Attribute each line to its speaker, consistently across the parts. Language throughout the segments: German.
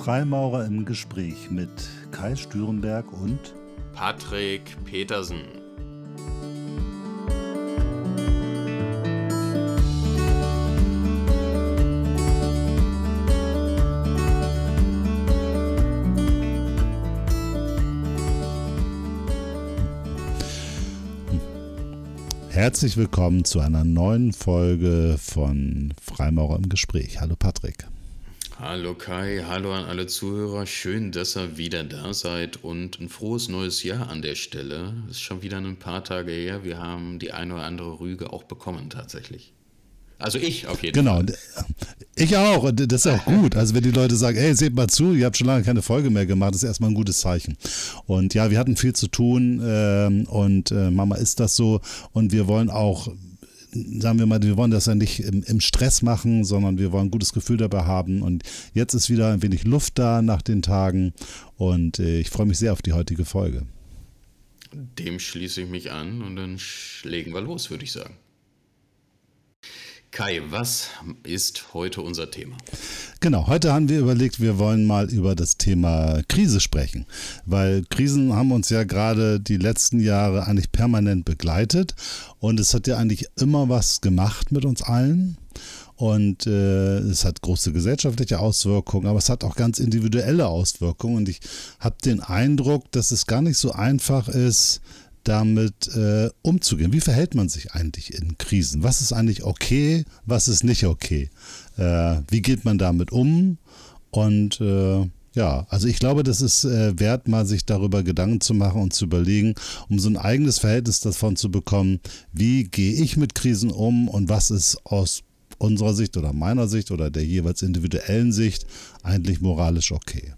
Speaker 1: Freimaurer im Gespräch mit Kai Stürenberg und
Speaker 2: Patrick Petersen.
Speaker 1: Herzlich willkommen zu einer neuen Folge von Freimaurer im Gespräch. Hallo Patrick.
Speaker 2: Hallo Kai, hallo an alle Zuhörer. Schön, dass ihr wieder da seid und ein frohes neues Jahr an der Stelle. Es ist schon wieder ein paar Tage her. Wir haben die eine oder andere Rüge auch bekommen tatsächlich. Also ich auf jeden Fall.
Speaker 1: Genau, ich auch. Und das ist auch gut. Also wenn die Leute sagen, ey, seht mal zu, ihr habt schon lange keine Folge mehr gemacht, das ist erstmal ein gutes Zeichen. Und ja, wir hatten viel zu tun und Mama ist das so. Und wir wollen auch, sagen wir mal, wir wollen das ja nicht im Stress machen, sondern wir wollen ein gutes Gefühl dabei haben. Und jetzt ist wieder ein wenig Luft da nach den Tagen und ich freue mich sehr auf die heutige Folge.
Speaker 2: Dem schließe ich mich an und dann legen wir los, würde ich sagen. Kai, was ist heute unser Thema?
Speaker 1: Genau, heute haben wir überlegt, wir wollen mal über das Thema Krise sprechen, weil Krisen haben uns ja gerade die letzten Jahre eigentlich permanent begleitet und es hat ja eigentlich immer was gemacht mit uns allen. Und es hat große gesellschaftliche Auswirkungen, aber es hat auch ganz individuelle Auswirkungen und ich habe den Eindruck, dass es gar nicht so einfach ist, damit umzugehen. Wie verhält man sich eigentlich in Krisen? Was ist eigentlich okay, was ist nicht okay? Wie geht man damit um? Und ja, also ich glaube, das ist wert, mal sich darüber Gedanken zu machen und zu überlegen, um so ein eigenes Verhältnis davon zu bekommen, wie gehe ich mit Krisen um und was ist aus unserer Sicht oder meiner Sicht oder der jeweils individuellen Sicht eigentlich moralisch okay.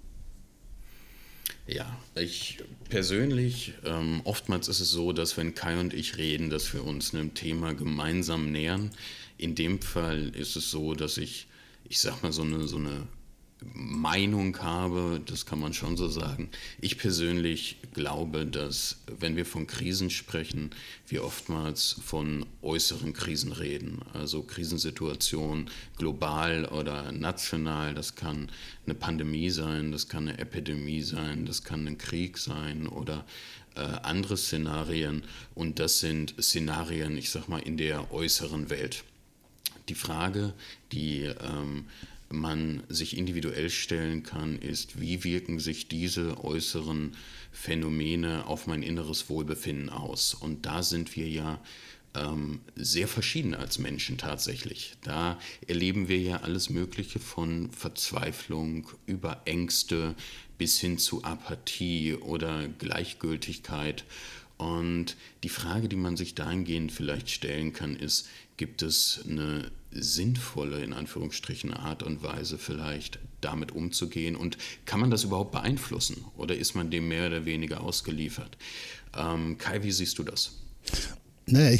Speaker 2: Ja, ich persönlich, oftmals ist es so, dass wenn Kai und ich reden, dass wir uns einem Thema gemeinsam nähern. In dem Fall ist es so, dass ich sag mal, so eine Meinung habe, das kann man schon so sagen. Ich persönlich glaube, dass, wenn wir von Krisen sprechen, wir oftmals von äußeren Krisen reden. Also Krisensituationen global oder national, das kann eine Pandemie sein, das kann eine Epidemie sein, das kann ein Krieg sein oder andere Szenarien. Und das sind Szenarien, ich sag mal, in der äußeren Welt. Die Frage, die man sich individuell stellen kann, ist, wie wirken sich diese äußeren Phänomene auf mein inneres Wohlbefinden aus? Und da sind wir ja sehr verschieden als Menschen tatsächlich. Da erleben wir ja alles Mögliche von Verzweiflung über Ängste bis hin zu Apathie oder Gleichgültigkeit. Und die Frage, die man sich dahingehend vielleicht stellen kann, ist, gibt es eine sinnvolle, in Anführungsstrichen, Art und Weise vielleicht damit umzugehen und kann man das überhaupt beeinflussen oder ist man dem mehr oder weniger ausgeliefert? Kai, wie siehst du das?
Speaker 1: Naja,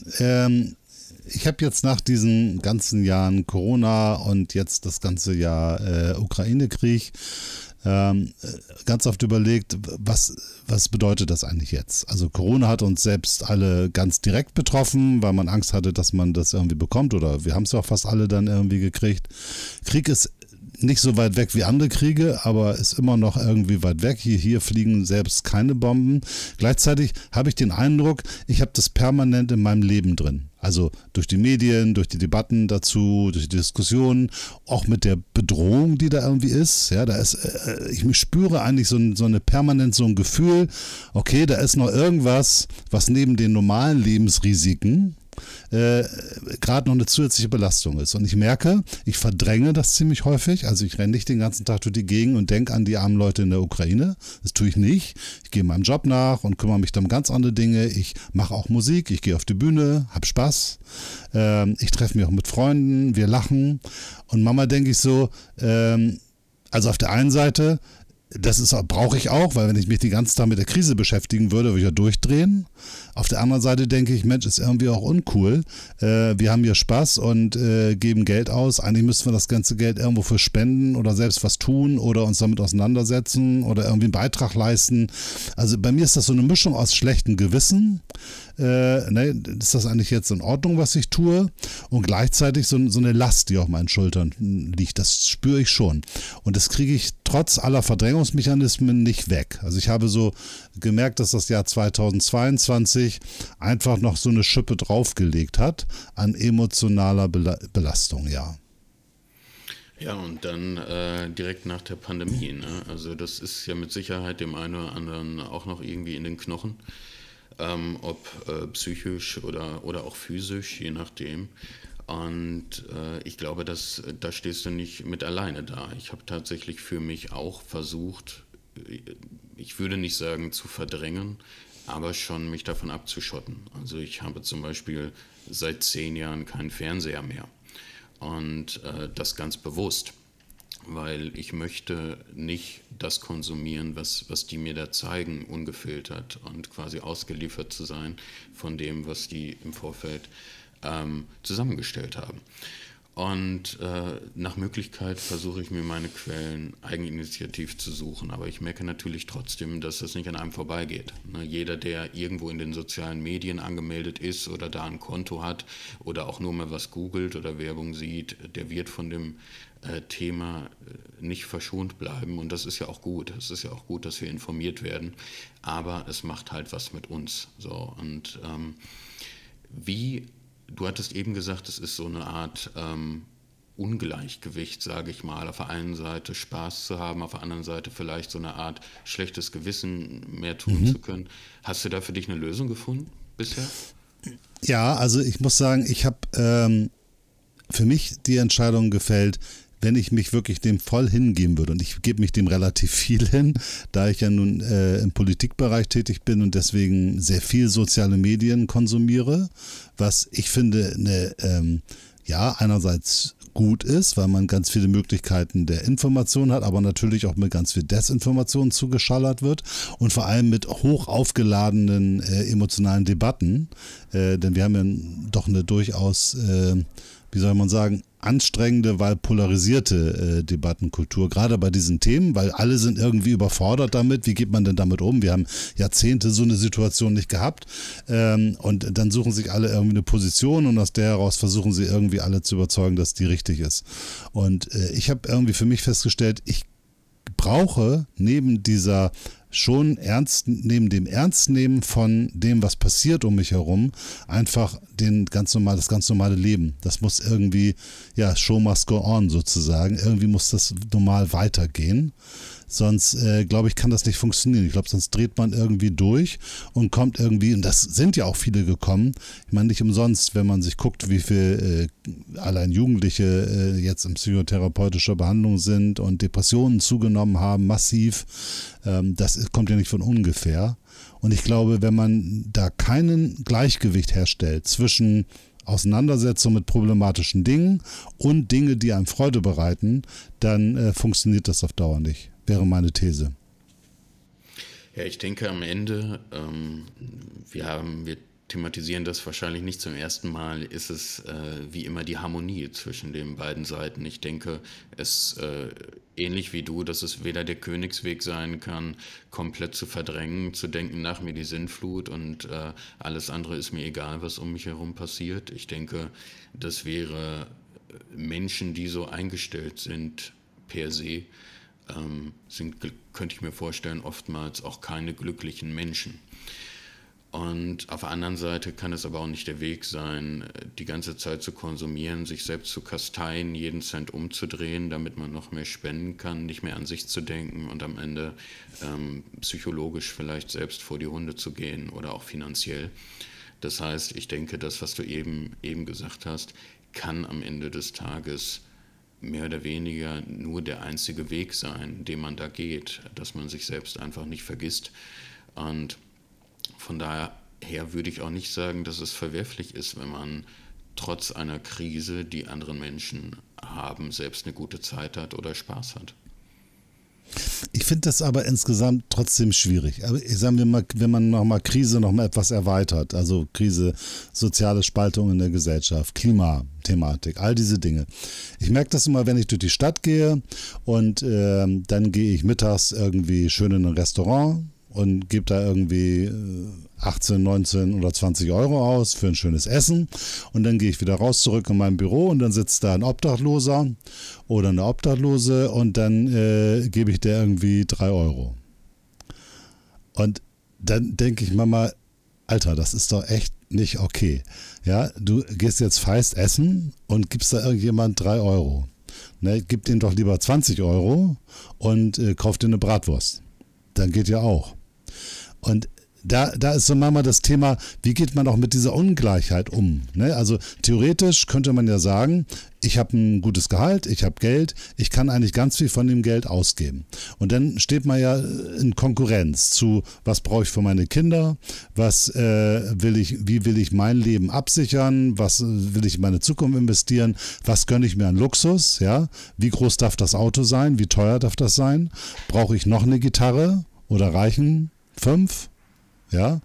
Speaker 1: ich habe jetzt nach diesen ganzen Jahren Corona und jetzt das ganze Jahr Ukraine-Krieg ganz oft überlegt, was bedeutet das eigentlich jetzt? Also Corona hat uns selbst alle ganz direkt betroffen, weil man Angst hatte, dass man das irgendwie bekommt oder wir haben es ja auch fast alle dann irgendwie gekriegt. Krieg ist nicht so weit weg wie andere Kriege, aber ist immer noch irgendwie weit weg. Hier fliegen selbst keine Bomben. Gleichzeitig habe ich den Eindruck, ich habe das permanent in meinem Leben drin. Also durch die Medien, durch die Debatten dazu, durch die Diskussionen, auch mit der Bedrohung, die da irgendwie ist. Ja, da ist, ich spüre eigentlich so eine permanent so ein Gefühl, okay, da ist noch irgendwas, was neben den normalen Lebensrisiken gerade noch eine zusätzliche Belastung ist. Und ich merke, ich verdränge das ziemlich häufig. Also ich renne nicht den ganzen Tag durch die Gegend und denke an die armen Leute in der Ukraine. Das tue ich nicht. Ich gehe meinem Job nach und kümmere mich dann um ganz andere Dinge. Ich mache auch Musik, ich gehe auf die Bühne, habe Spaß. Ich treffe mich auch mit Freunden, wir lachen. Und Mama denke ich so, also auf der einen Seite brauche ich auch, weil wenn ich mich die ganze Zeit mit der Krise beschäftigen würde, würde ich ja durchdrehen. Auf der anderen Seite denke ich, Mensch, ist irgendwie auch uncool. Wir haben hier Spaß und geben Geld aus. Eigentlich müssten wir das ganze Geld irgendwo für spenden oder selbst was tun oder uns damit auseinandersetzen oder irgendwie einen Beitrag leisten. Also bei mir ist das so eine Mischung aus schlechtem Gewissen. Ist das eigentlich jetzt in Ordnung, was ich tue? Und gleichzeitig so eine Last, die auf meinen Schultern liegt. Das spüre ich schon. Und das kriege ich trotz aller Verdrängungsmechanismen nicht weg. Also ich habe so gemerkt, dass das Jahr 2022 einfach noch so eine Schippe draufgelegt hat an emotionaler Belastung, ja.
Speaker 2: Ja, und dann direkt nach der Pandemie, ne? Also das ist ja mit Sicherheit dem einen oder anderen auch noch irgendwie in den Knochen. Ob psychisch oder auch physisch, je nachdem. Und ich glaube, da stehst du nicht mit alleine da. Ich habe tatsächlich für mich auch versucht, ich würde nicht sagen zu verdrängen, aber schon mich davon abzuschotten. Also ich habe zum Beispiel seit 10 Jahren keinen Fernseher mehr. Und das ganz bewusst, weil ich möchte nicht das konsumieren, was die mir da zeigen, ungefiltert und quasi ausgeliefert zu sein von dem, was die im Vorfeld zusammengestellt haben. Und nach Möglichkeit versuche ich mir meine Quellen eigeninitiativ zu suchen, aber ich merke natürlich trotzdem, dass das nicht an einem vorbeigeht. Ne, jeder, der irgendwo in den sozialen Medien angemeldet ist oder da ein Konto hat oder auch nur mal was googelt oder Werbung sieht, der wird von dem Thema nicht verschont bleiben, und das ist ja auch gut. Es ist ja auch gut, dass wir informiert werden, aber es macht halt was mit uns. So, und wie du hattest eben gesagt, es ist so eine Art Ungleichgewicht, sage ich mal. Auf der einen Seite Spaß zu haben, auf der anderen Seite vielleicht so eine Art schlechtes Gewissen mehr tun zu können. Hast du da für dich eine Lösung gefunden bisher?
Speaker 1: Ja, also ich muss sagen, ich habe für mich die Entscheidung gefällt, wenn ich mich wirklich dem voll hingeben würde, und ich gebe mich dem relativ viel hin, da ich ja nun im Politikbereich tätig bin und deswegen sehr viel soziale Medien konsumiere, was ich finde einerseits gut ist, weil man ganz viele Möglichkeiten der Information hat, aber natürlich auch mit ganz viel Desinformation zugeschallert wird und vor allem mit hoch aufgeladenen emotionalen Debatten, denn wir haben ja doch eine durchaus, wie soll man sagen, anstrengende, weil polarisierte Debattenkultur, gerade bei diesen Themen, weil alle sind irgendwie überfordert damit. Wie geht man denn damit um? Wir haben Jahrzehnte so eine Situation nicht gehabt, und dann suchen sich alle irgendwie eine Position und aus der heraus versuchen sie irgendwie alle zu überzeugen, dass die richtig ist. Und ich habe irgendwie für mich festgestellt, ich brauche neben dem Ernstnehmen von dem, was passiert um mich herum, einfach das ganz normale Leben. Das muss irgendwie, Show must go on sozusagen. Irgendwie muss das normal weitergehen. Sonst, glaube ich, kann das nicht funktionieren. Ich glaube, sonst dreht man irgendwie durch und kommt irgendwie, und das sind ja auch viele gekommen. Ich meine, nicht umsonst, wenn man sich guckt, wie viel allein Jugendliche jetzt in psychotherapeutischer Behandlung sind und Depressionen zugenommen haben, massiv. Das kommt ja nicht von ungefähr. Und ich glaube, wenn man da keinen Gleichgewicht herstellt zwischen Auseinandersetzung mit problematischen Dingen und Dinge, die einem Freude bereiten, dann funktioniert das auf Dauer nicht. Wäre meine These.
Speaker 2: Ja, ich denke am Ende, wir thematisieren das wahrscheinlich nicht zum ersten Mal, ist es wie immer die Harmonie zwischen den beiden Seiten. Ich denke, es ähnlich wie du, dass es weder der Königsweg sein kann, komplett zu verdrängen, zu denken, nach mir die Sintflut und alles andere ist mir egal, was um mich herum passiert. Ich denke, das wäre Menschen, die so eingestellt sind per se, könnte ich mir vorstellen, oftmals auch keine glücklichen Menschen. Und auf der anderen Seite kann es aber auch nicht der Weg sein, die ganze Zeit zu konsumieren, sich selbst zu kasteien, jeden Cent umzudrehen, damit man noch mehr spenden kann, nicht mehr an sich zu denken und am Ende psychologisch vielleicht selbst vor die Hunde zu gehen oder auch finanziell. Das heißt, ich denke, das, was du eben gesagt hast, kann am Ende des Tages mehr oder weniger nur der einzige Weg sein, den man da geht, dass man sich selbst einfach nicht vergisst. Und von daher würde ich auch nicht sagen, dass es verwerflich ist, wenn man trotz einer Krise, die andere Menschen haben, selbst eine gute Zeit hat oder Spaß hat.
Speaker 1: Ich finde das aber insgesamt trotzdem schwierig. Aber sagen wir mal, wenn man nochmal Krise nochmal etwas erweitert, also Krise, soziale Spaltung in der Gesellschaft, Klimathematik, all diese Dinge. Ich merke das immer, wenn ich durch die Stadt gehe und dann gehe ich mittags irgendwie schön in ein Restaurant und gebe da irgendwie 18, 19 oder 20 Euro aus für ein schönes Essen und dann gehe ich wieder raus zurück in mein Büro und dann sitzt da ein Obdachloser oder eine Obdachlose und dann gebe ich der irgendwie 3 Euro. Und dann denke ich mir mal, Alter, das ist doch echt nicht okay. Ja, du gehst jetzt feist essen und gibst da irgendjemand 3 Euro. Ne, gib dem doch lieber 20 Euro und kauf dir eine Bratwurst. Dann geht ja auch. Und da ist so manchmal das Thema, wie geht man auch mit dieser Ungleichheit um? Ne? Also theoretisch könnte man ja sagen, ich habe ein gutes Gehalt, ich habe Geld, ich kann eigentlich ganz viel von dem Geld ausgeben. Und dann steht man ja in Konkurrenz zu, was brauche ich für meine Kinder, wie will ich mein Leben absichern, was will ich in meine Zukunft investieren, was gönne ich mir an Luxus, ja? Wie groß darf das Auto sein, wie teuer darf das sein, brauche ich noch eine Gitarre oder reichen 5? Ja,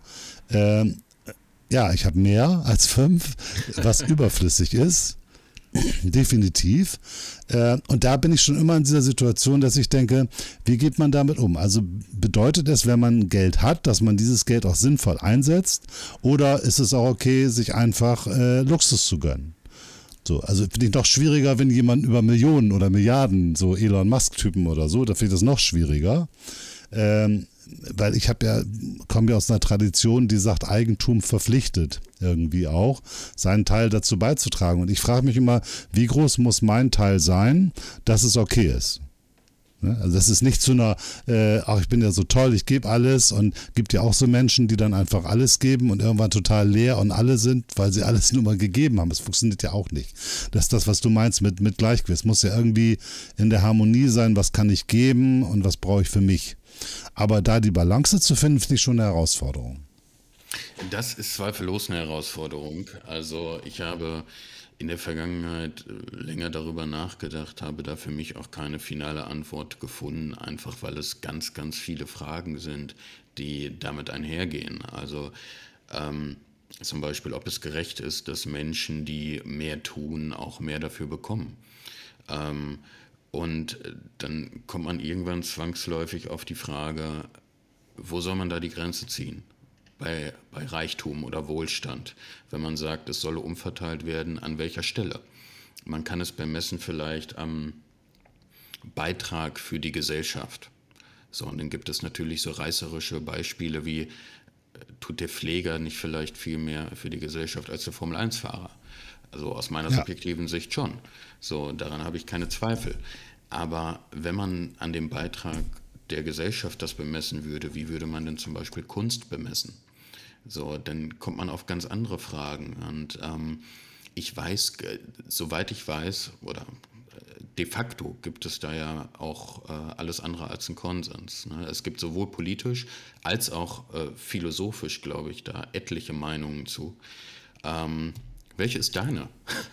Speaker 1: ich habe mehr als 5, was überflüssig ist, definitiv. Und da bin ich schon immer in dieser Situation, dass ich denke, wie geht man damit um? Also bedeutet es, wenn man Geld hat, dass man dieses Geld auch sinnvoll einsetzt? Oder ist es auch okay, sich einfach Luxus zu gönnen? So, also finde ich noch schwieriger, wenn jemand über Millionen oder Milliarden, so Elon Musk-Typen oder so, da finde ich das noch schwieriger. Weil ich komme ja aus einer Tradition, die sagt, Eigentum verpflichtet irgendwie auch, seinen Teil dazu beizutragen. Und ich frage mich immer, wie groß muss mein Teil sein, dass es okay ist? Ne? Also das ist nicht zu einer, ich bin ja so toll, ich gebe alles, und gibt ja auch so Menschen, die dann einfach alles geben und irgendwann total leer und alle sind, weil sie alles nur mal gegeben haben. Das funktioniert ja auch nicht. Das ist das, was du meinst mit Gleichgewicht. Es muss ja irgendwie in der Harmonie sein, was kann ich geben und was brauche ich für mich. Aber da die Balance zu finden, finde ich schon eine Herausforderung.
Speaker 2: Das ist zweifellos eine Herausforderung. Also ich habe in der Vergangenheit länger darüber nachgedacht, habe da für mich auch keine finale Antwort gefunden, einfach weil es ganz, ganz viele Fragen sind, die damit einhergehen. Also zum Beispiel, ob es gerecht ist, dass Menschen, die mehr tun, auch mehr dafür bekommen. Ähm, und dann kommt man irgendwann zwangsläufig auf die Frage, wo soll man da die Grenze ziehen? Bei Reichtum oder Wohlstand. Wenn man sagt, es solle umverteilt werden, an welcher Stelle? Man kann es bemessen vielleicht am Beitrag für die Gesellschaft. So, und dann gibt es natürlich so reißerische Beispiele wie, tut der Pfleger nicht vielleicht viel mehr für die Gesellschaft als der Formel-1-Fahrer? Also aus meiner
Speaker 1: Ja.
Speaker 2: subjektiven Sicht schon. So, daran habe ich keine Zweifel. Aber wenn man an dem Beitrag der Gesellschaft das bemessen würde, wie würde man denn zum Beispiel Kunst bemessen? So, dann kommt man auf ganz andere Fragen. Und ich weiß, soweit ich weiß, oder de facto gibt es da ja auch alles andere als einen Konsens. Ne? Es gibt sowohl politisch als auch philosophisch, glaube ich, da etliche Meinungen zu. Welche ist deine?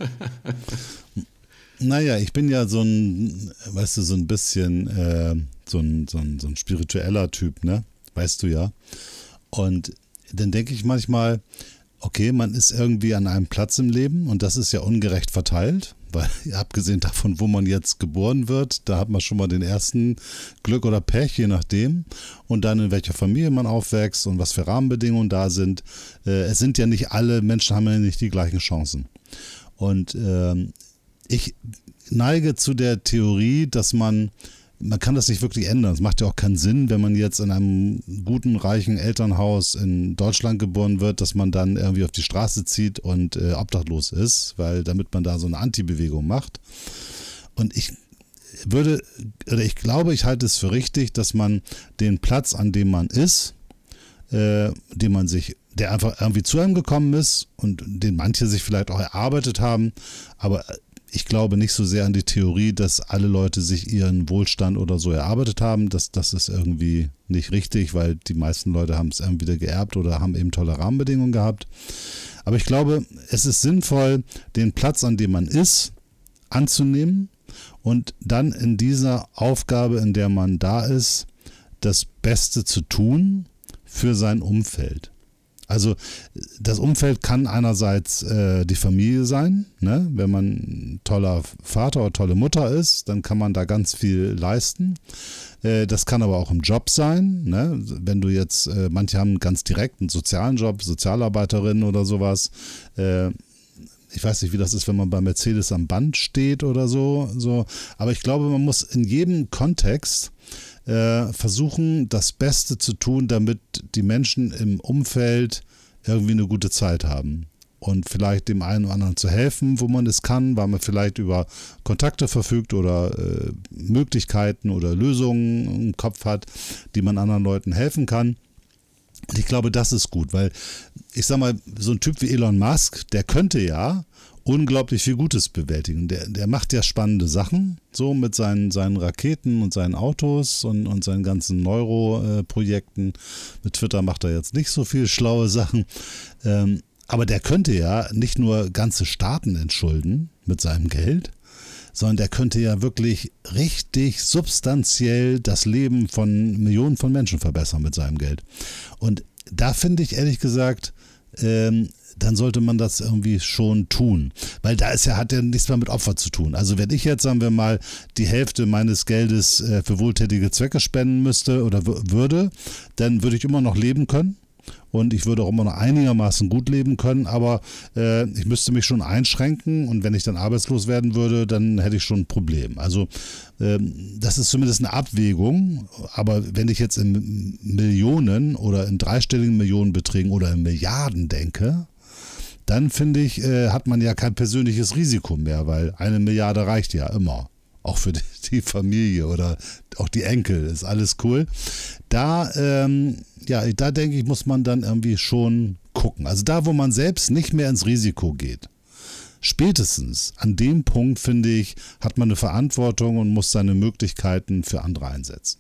Speaker 1: Naja, ich bin ja so ein, weißt du, so ein bisschen so ein spiritueller Typ, ne? Weißt du ja. Und dann denke ich manchmal, okay, man ist irgendwie an einem Platz im Leben und das ist ja ungerecht verteilt, weil abgesehen davon, wo man jetzt geboren wird, da hat man schon mal den ersten Glück oder Pech, je nachdem, und dann in welcher Familie man aufwächst und was für Rahmenbedingungen da sind. Es sind ja nicht alle Menschen, haben ja nicht die gleichen Chancen. Und ich neige zu der Theorie, dass man kann das nicht wirklich ändern. Es macht ja auch keinen Sinn, wenn man jetzt in einem guten, reichen Elternhaus in Deutschland geboren wird, dass man dann irgendwie auf die Straße zieht und obdachlos ist, weil damit man da so eine Antibewegung macht. Und ich glaube, ich halte es für richtig, dass man den Platz, an dem man ist, der einfach irgendwie zu einem gekommen ist und den manche sich vielleicht auch erarbeitet haben, aber ich glaube nicht so sehr an die Theorie, dass alle Leute sich ihren Wohlstand oder so erarbeitet haben. Das ist irgendwie nicht richtig, weil die meisten Leute haben es irgendwie wieder geerbt oder haben eben tolle Rahmenbedingungen gehabt. Aber ich glaube, es ist sinnvoll, den Platz, an dem man ist, anzunehmen und dann in dieser Aufgabe, in der man da ist, das Beste zu tun für sein Umfeld. Also das Umfeld kann einerseits die Familie sein, ne? Wenn man ein toller Vater oder tolle Mutter ist, dann kann man da ganz viel leisten. Das kann aber auch im Job sein, ne? Wenn du jetzt, manche haben ganz direkt einen sozialen Job, Sozialarbeiterin oder sowas. Ich weiß nicht, wie das ist, wenn man bei Mercedes am Band steht oder so. Aber ich glaube, man muss in jedem Kontext versuchen, das Beste zu tun, damit die Menschen im Umfeld irgendwie eine gute Zeit haben. Und vielleicht dem einen oder anderen zu helfen, wo man es kann, weil man vielleicht über Kontakte verfügt oder Möglichkeiten oder Lösungen im Kopf hat, die man anderen Leuten helfen kann. Und ich glaube, das ist gut, weil ich sag mal, so ein Typ wie Elon Musk, der könnte ja unglaublich viel Gutes bewältigen. Der macht ja spannende Sachen, so mit seinen Raketen und seinen Autos und seinen ganzen Neuro-Projekten. Mit Twitter macht er jetzt nicht so viel schlaue Sachen. Aber der könnte ja nicht nur ganze Staaten entschulden mit seinem Geld, sondern der könnte ja wirklich richtig substanziell das Leben von Millionen von Menschen verbessern mit seinem Geld. Und da finde ich ehrlich gesagt, dann sollte man das irgendwie schon tun. Weil da hat ja nichts mehr mit Opfer zu tun. Also wenn ich jetzt, sagen wir mal, die Hälfte meines Geldes für wohltätige Zwecke spenden müsste oder würde, dann würde ich immer noch leben können. Und ich würde auch immer noch einigermaßen gut leben können, aber ich müsste mich schon einschränken und wenn ich dann arbeitslos werden würde, dann hätte ich schon ein Problem. Also das ist zumindest eine Abwägung, aber wenn ich jetzt in Millionen oder in dreistelligen Millionenbeträgen oder in Milliarden denke, dann finde ich, hat man ja kein persönliches Risiko mehr, weil 1 Milliarde reicht ja immer. Auch für die Familie oder auch die Enkel, ist alles cool. Da denke ich, muss man dann irgendwie schon gucken. Also da, wo man selbst nicht mehr ins Risiko geht. Spätestens an dem Punkt, finde ich, hat man eine Verantwortung und muss seine Möglichkeiten für andere einsetzen.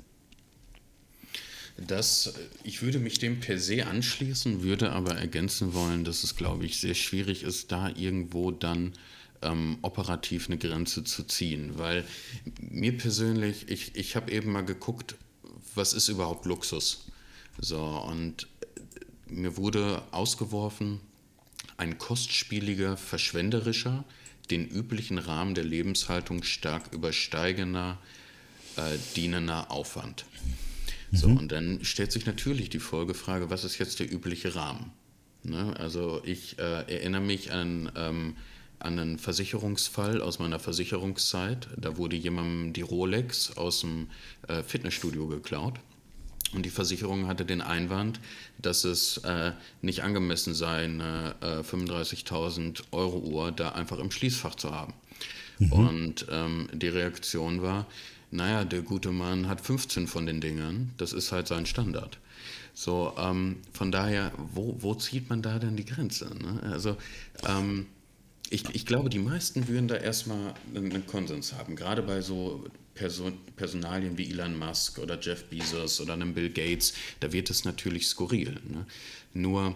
Speaker 2: Ich würde mich dem per se anschließen, würde aber ergänzen wollen, dass es, glaube ich, sehr schwierig ist, da irgendwo dann operativ eine Grenze zu ziehen, weil mir persönlich, ich habe eben mal geguckt, was ist überhaupt Luxus? So, und mir wurde ausgeworfen, ein kostspieliger, verschwenderischer, den üblichen Rahmen der Lebenshaltung stark übersteigender, dienender Aufwand. So, und dann stellt sich natürlich die Folgefrage, was ist jetzt der übliche Rahmen? Ne? Also ich erinnere mich an einen Versicherungsfall aus meiner Versicherungszeit. Da wurde jemandem die Rolex aus dem Fitnessstudio geklaut. Und die Versicherung hatte den Einwand, dass es nicht angemessen sei, eine 35.000 Euro Uhr da einfach im Schließfach zu haben. Und die Reaktion war, naja, der gute Mann hat 15 von den Dingern, das ist halt sein Standard. So, von daher, wo zieht man da denn die Grenze? Ne? Also, ich glaube, die meisten würden da erstmal einen Konsens haben, gerade bei so Personalien wie Elon Musk oder Jeff Bezos oder einem Bill Gates, da wird es natürlich skurril. Ne? Nur,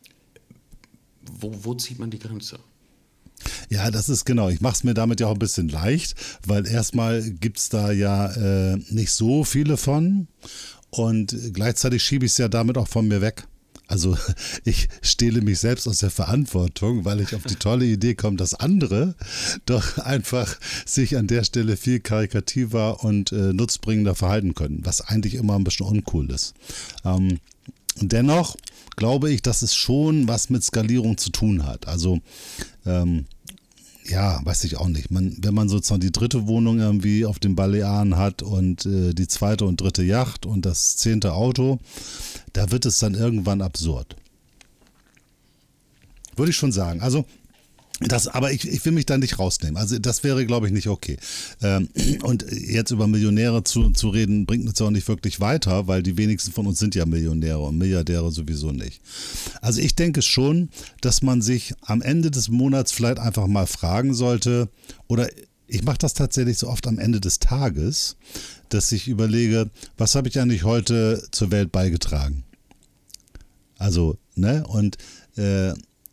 Speaker 2: wo zieht man die Grenze?
Speaker 1: Ja, das ist genau. Ich mache es mir damit ja auch ein bisschen leicht, weil erstmal gibt es da ja nicht so viele von und gleichzeitig schiebe ich es ja damit auch von mir weg. Also ich stehle mich selbst aus der Verantwortung, weil ich auf die tolle Idee komme, dass andere doch einfach sich an der Stelle viel karikativer und nutzbringender verhalten können, was eigentlich immer ein bisschen uncool ist. Dennoch glaube ich, dass es schon was mit Skalierung zu tun hat. Also ja, weiß ich auch nicht. Wenn man sozusagen die dritte Wohnung irgendwie auf den Balearen hat und die zweite und dritte Yacht und das 10. Auto, da wird es dann irgendwann absurd. Würde ich schon sagen. Also aber ich will mich da nicht rausnehmen. Also das wäre, glaube ich, nicht okay. Und jetzt über Millionäre zu reden, bringt uns ja auch nicht wirklich weiter, weil die wenigsten von uns sind ja Millionäre und Milliardäre sowieso nicht. Also ich denke schon, dass man sich am Ende des Monats vielleicht einfach mal fragen sollte, oder ich mache das tatsächlich so oft am Ende des Tages, dass ich überlege, was habe ich eigentlich heute zur Welt beigetragen? Also, ne, und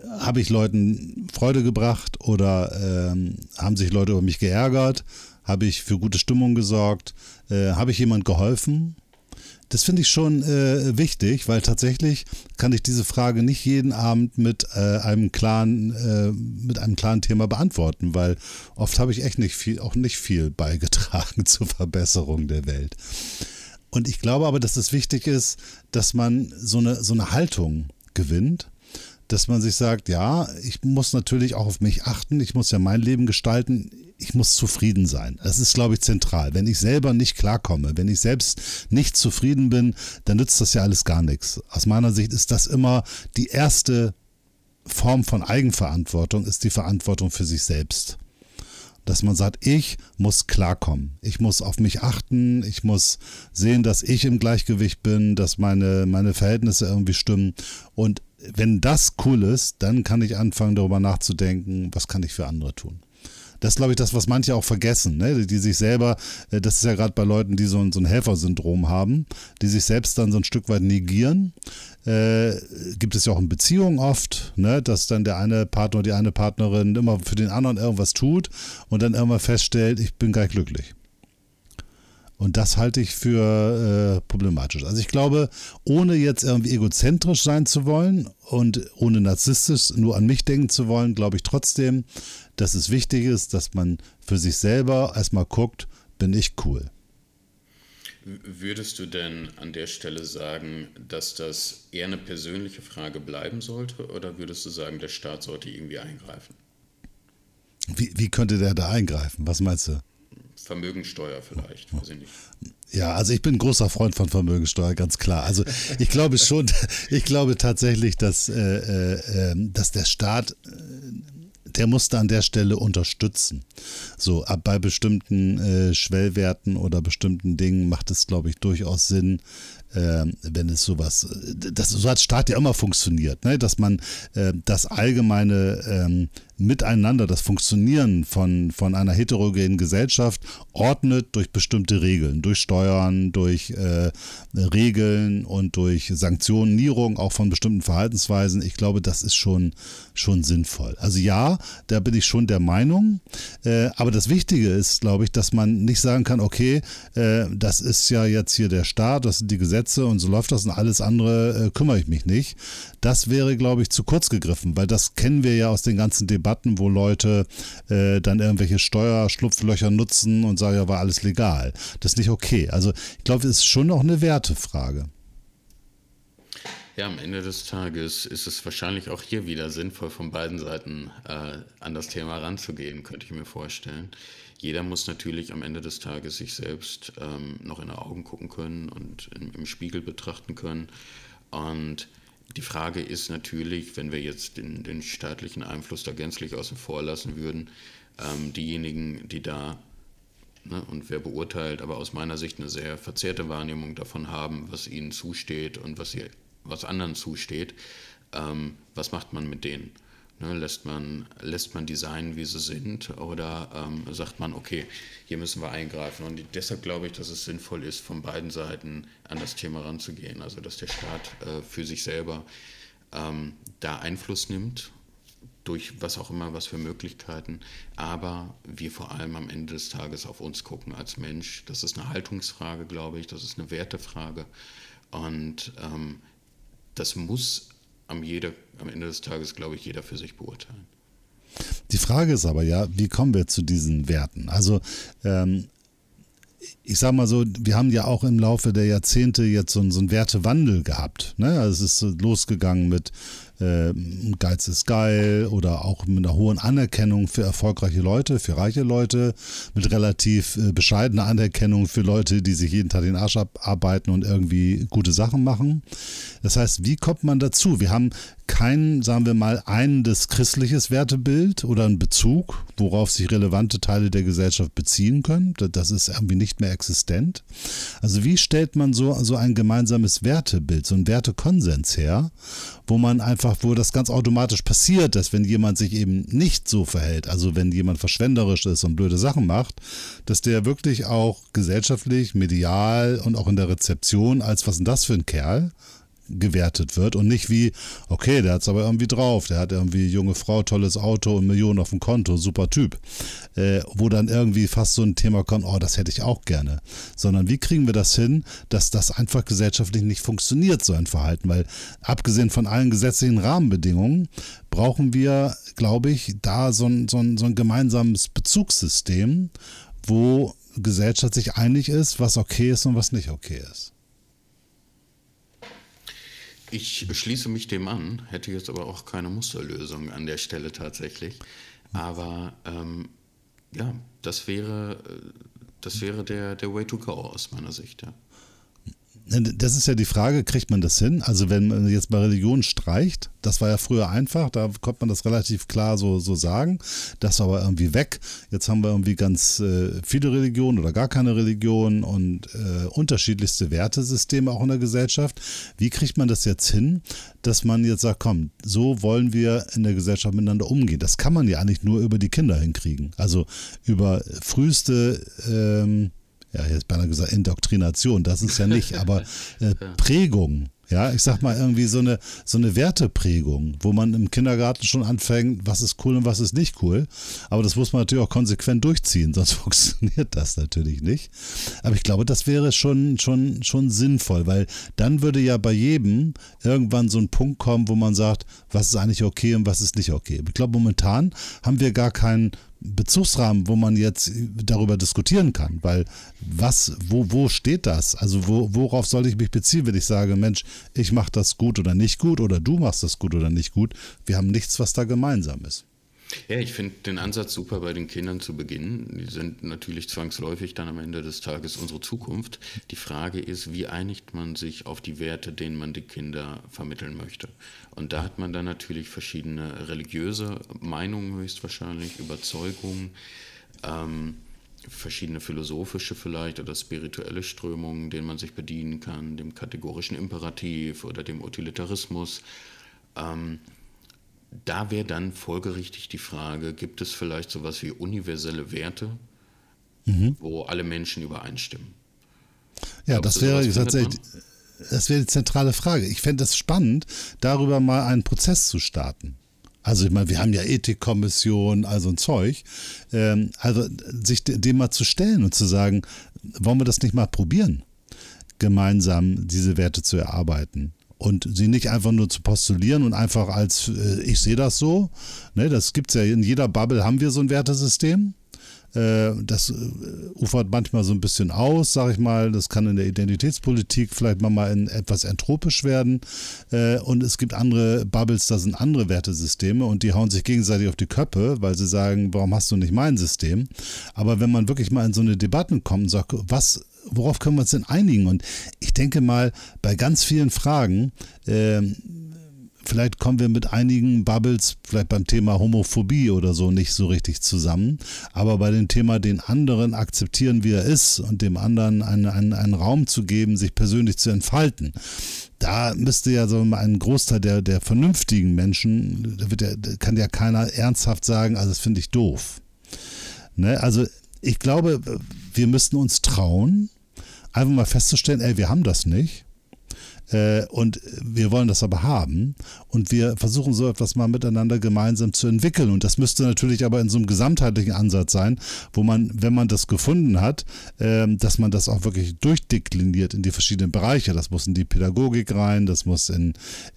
Speaker 1: habe ich Leuten Freude gebracht oder haben sich Leute über mich geärgert? Habe ich für gute Stimmung gesorgt? Habe ich jemand geholfen? Das finde ich schon wichtig, weil tatsächlich kann ich diese Frage nicht jeden Abend mit einem klaren Thema beantworten, weil oft habe ich echt nicht viel beigetragen zur Verbesserung der Welt. Und ich glaube aber, dass es wichtig ist, dass man so eine Haltung gewinnt, dass man sich sagt, ja, ich muss natürlich auch auf mich achten, ich muss ja mein Leben gestalten, ich muss zufrieden sein. Das ist, glaube ich, zentral. Wenn ich selber nicht klarkomme, wenn ich selbst nicht zufrieden bin, dann nützt das ja alles gar nichts. Aus meiner Sicht ist das immer die erste Form von Eigenverantwortung, ist die Verantwortung für sich selbst. Dass man sagt, ich muss klarkommen, ich muss auf mich achten, ich muss sehen, dass ich im Gleichgewicht bin, dass meine Verhältnisse irgendwie stimmen. Und wenn das cool ist, dann kann ich anfangen, darüber nachzudenken, was kann ich für andere tun. Das ist, glaube ich, das, was manche auch vergessen, ne? Die sich selber, das ist ja gerade bei Leuten, die so ein Helfersyndrom haben, die sich selbst dann so ein Stück weit negieren. Gibt es ja auch in Beziehungen oft, ne? Dass dann der eine Partner oder die eine Partnerin immer für den anderen irgendwas tut und dann irgendwann feststellt, ich bin gar nicht glücklich. Und das halte ich für problematisch. Also ich glaube, ohne jetzt irgendwie egozentrisch sein zu wollen und ohne narzisstisch nur an mich denken zu wollen, glaube ich trotzdem, dass es wichtig ist, dass man für sich selber erstmal guckt, bin ich cool.
Speaker 2: Würdest du denn an der Stelle sagen, dass das eher eine persönliche Frage bleiben sollte, oder würdest du sagen, der Staat sollte irgendwie eingreifen?
Speaker 1: Wie könnte der da eingreifen? Was meinst du?
Speaker 2: Vermögensteuer vielleicht, weiß ich nicht.
Speaker 1: Ja, also ich bin ein großer Freund von Vermögensteuer, ganz klar. Also ich glaube tatsächlich, dass der Staat, der muss da an der Stelle unterstützen. So, bei bestimmten Schwellwerten oder bestimmten Dingen macht es, glaube ich, durchaus Sinn, wenn es sowas, so hat Staat ja immer funktioniert, ne? Dass man das allgemeine Miteinander, das Funktionieren von einer heterogenen Gesellschaft ordnet durch bestimmte Regeln, durch Steuern, durch Regeln und durch Sanktionierung auch von bestimmten Verhaltensweisen. Ich glaube, das ist schon sinnvoll. Also ja, da bin ich schon der Meinung, aber das Wichtige ist, glaube ich, dass man nicht sagen kann, okay, das ist ja jetzt hier der Staat, das sind die Gesetze und so läuft das und alles andere kümmere ich mich nicht. Das wäre, glaube ich, zu kurz gegriffen, weil das kennen wir ja aus den ganzen Debatten, wo Leute dann irgendwelche Steuerschlupflöcher nutzen und sagen, ja, war alles legal. Das ist nicht okay. Also ich glaube, es ist schon noch eine Wertefrage.
Speaker 2: Ja, am Ende des Tages ist es wahrscheinlich auch hier wieder sinnvoll, von beiden Seiten an das Thema ranzugehen, könnte ich mir vorstellen. Jeder muss natürlich am Ende des Tages sich selbst noch in die Augen gucken können und im Spiegel betrachten können. Und die Frage ist natürlich, wenn wir jetzt den staatlichen Einfluss da gänzlich außen vor lassen würden, diejenigen, die da, ne, und wer beurteilt, aber aus meiner Sicht eine sehr verzerrte Wahrnehmung davon haben, was ihnen zusteht und was anderen zusteht, was macht man mit denen? Ne, lässt man die sein, wie sie sind, oder sagt man, okay, hier müssen wir eingreifen. Und deshalb glaube ich, dass es sinnvoll ist, von beiden Seiten an das Thema ranzugehen. Also dass der Staat für sich selber da Einfluss nimmt, durch was auch immer, was für Möglichkeiten, aber wir vor allem am Ende des Tages auf uns gucken als Mensch. Das ist eine Haltungsfrage, glaube ich, das ist eine Wertefrage, und das muss am Ende des Tages, glaube ich, jeder für sich beurteilen.
Speaker 1: Die Frage ist aber ja, wie kommen wir zu diesen Werten? Also ich sage mal so, wir haben ja auch im Laufe der Jahrzehnte jetzt so einen Wertewandel gehabt. Ne? Also es ist losgegangen mit Geiz ist geil oder auch mit einer hohen Anerkennung für erfolgreiche Leute, für reiche Leute, mit relativ bescheidener Anerkennung für Leute, die sich jeden Tag den Arsch abarbeiten und irgendwie gute Sachen machen. Das heißt, wie kommt man dazu? Wir haben kein, sagen wir mal, einendes christliches Wertebild oder einen Bezug, worauf sich relevante Teile der Gesellschaft beziehen können. Das ist irgendwie nicht mehr existent. Also wie stellt man so ein gemeinsames Wertebild, so einen Wertekonsens her, wo das ganz automatisch passiert, dass wenn jemand sich eben nicht so verhält, also wenn jemand verschwenderisch ist und blöde Sachen macht, dass der wirklich auch gesellschaftlich, medial und auch in der Rezeption als was ist denn das für ein Kerl gewertet wird und nicht wie, okay, der hat es aber irgendwie drauf, der hat irgendwie junge Frau, tolles Auto und Millionen auf dem Konto, super Typ. Wo dann irgendwie fast so ein Thema kommt, oh, das hätte ich auch gerne. Sondern wie kriegen wir das hin, dass das einfach gesellschaftlich nicht funktioniert, so ein Verhalten? Weil abgesehen von allen gesetzlichen Rahmenbedingungen brauchen wir, glaube ich, da so ein gemeinsames Bezugssystem, wo Gesellschaft sich einig ist, was okay ist und was nicht okay ist.
Speaker 2: Ich schließe mich dem an, hätte jetzt aber auch keine Musterlösung an der Stelle tatsächlich. Aber ja, das wäre der Way to go aus meiner Sicht. Ja.
Speaker 1: Das ist ja die Frage, kriegt man das hin? Also wenn man jetzt bei Religion streicht, das war ja früher einfach, da konnte man das relativ klar so sagen, das war aber irgendwie weg. Jetzt haben wir irgendwie ganz viele Religionen oder gar keine Religion und unterschiedlichste Wertesysteme auch in der Gesellschaft. Wie kriegt man das jetzt hin, dass man jetzt sagt, komm, so wollen wir in der Gesellschaft miteinander umgehen? Das kann man ja eigentlich nur über die Kinder hinkriegen. Also über früheste ja, jetzt beinahe gesagt Indoktrination, das ist ja nicht, aber Prägung. Ja, ich sag mal irgendwie so eine Werteprägung, wo man im Kindergarten schon anfängt, was ist cool und was ist nicht cool. Aber das muss man natürlich auch konsequent durchziehen, sonst funktioniert das natürlich nicht. Aber ich glaube, das wäre schon sinnvoll, weil dann würde ja bei jedem irgendwann so ein Punkt kommen, wo man sagt, was ist eigentlich okay und was ist nicht okay. Ich glaube, momentan haben wir gar keinen Bezugsrahmen, wo man jetzt darüber diskutieren kann, weil wo steht das? Also worauf soll ich mich beziehen, wenn ich sage, Mensch, ich mache das gut oder nicht gut oder du machst das gut oder nicht gut? Wir haben nichts, was da gemeinsam ist.
Speaker 2: Ja, ich finde den Ansatz super, bei den Kindern zu beginnen. Die sind natürlich zwangsläufig dann am Ende des Tages unsere Zukunft. Die Frage ist, wie einigt man sich auf die Werte, denen man die Kinder vermitteln möchte? Und da hat man dann natürlich verschiedene religiöse Meinungen höchstwahrscheinlich, Überzeugungen, verschiedene philosophische vielleicht oder spirituelle Strömungen, denen man sich bedienen kann, dem kategorischen Imperativ oder dem Utilitarismus. Da wäre dann folgerichtig die Frage, gibt es vielleicht sowas wie universelle Werte, wo alle Menschen übereinstimmen?
Speaker 1: Ja, das wäre tatsächlich, das wäre die zentrale Frage. Ich fände es spannend, darüber mal einen Prozess zu starten. Also ich meine, wir haben ja Ethikkommission, also ein Zeug. Also sich dem mal zu stellen und zu sagen, wollen wir das nicht mal probieren, gemeinsam diese Werte zu erarbeiten? Und sie nicht einfach nur zu postulieren und einfach als, ich sehe das so, ne, das gibt es ja, in jeder Bubble haben wir so ein Wertesystem. Das ufert manchmal so ein bisschen aus, sage ich mal. Das kann in der Identitätspolitik vielleicht mal etwas entropisch werden. Und es gibt andere Bubbles, da sind andere Wertesysteme und die hauen sich gegenseitig auf die Köpfe, weil sie sagen, warum hast du nicht mein System? Aber wenn man wirklich mal in so eine Debatte kommt und sagt, worauf können wir uns denn einigen? Und ich denke mal, bei ganz vielen Fragen, vielleicht kommen wir mit einigen Bubbles, vielleicht beim Thema Homophobie oder so, nicht so richtig zusammen. Aber bei dem Thema, den anderen akzeptieren, wie er ist und dem anderen einen Raum zu geben, sich persönlich zu entfalten, da müsste ja so ein Großteil der vernünftigen Menschen, kann ja keiner ernsthaft sagen, also das finde ich doof. Ne? Also ich glaube, wir müssten uns trauen, einfach mal festzustellen, ey, wir haben das nicht. Und wir wollen das aber haben und wir versuchen so etwas mal miteinander gemeinsam zu entwickeln und das müsste natürlich aber in so einem gesamtheitlichen Ansatz sein, wo man, wenn man das gefunden hat, dass man das auch wirklich durchdekliniert in die verschiedenen Bereiche. Das muss in die Pädagogik rein, das muss in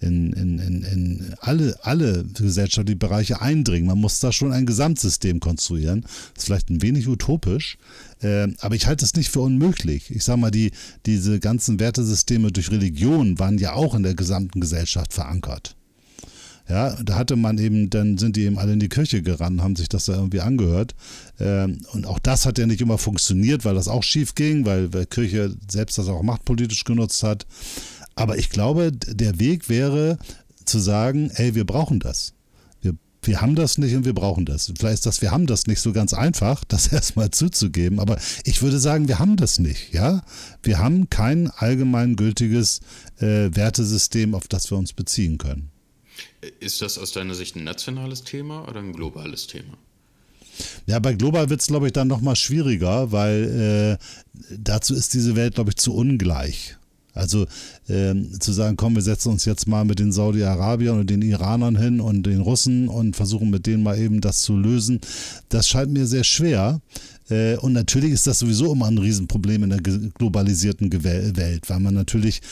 Speaker 1: alle gesellschaftlichen Bereiche eindringen. Man muss da schon ein Gesamtsystem konstruieren. Das ist vielleicht ein wenig utopisch, aber ich halte es nicht für unmöglich. Ich sage mal, diese ganzen Wertesysteme durch Religion waren ja auch in der gesamten Gesellschaft verankert. Ja, da hatte man eben, dann sind die eben alle in die Kirche gerannt, haben sich das da irgendwie angehört. Und auch das hat ja nicht immer funktioniert, weil das auch schief ging, weil Kirche selbst das auch machtpolitisch genutzt hat. Aber ich glaube, der Weg wäre zu sagen, ey, wir brauchen das. Wir haben das nicht und wir brauchen das. Vielleicht ist das, wir haben das nicht so ganz einfach, das erstmal zuzugeben, aber ich würde sagen, wir haben das nicht, ja. Wir haben kein allgemeingültiges Wertesystem, auf das wir uns beziehen können.
Speaker 2: Ist das aus deiner Sicht ein nationales Thema oder ein globales Thema?
Speaker 1: Ja, bei global wird es, glaube ich, dann nochmal schwieriger, weil dazu ist diese Welt, glaube ich, zu ungleich. Also zu sagen, komm, wir setzen uns jetzt mal mit den Saudi-Arabiern und den Iranern hin und den Russen und versuchen mit denen mal eben das zu lösen, das scheint mir sehr schwer. Und natürlich ist das sowieso immer ein Riesenproblem in der globalisierten Welt, weil man natürlich,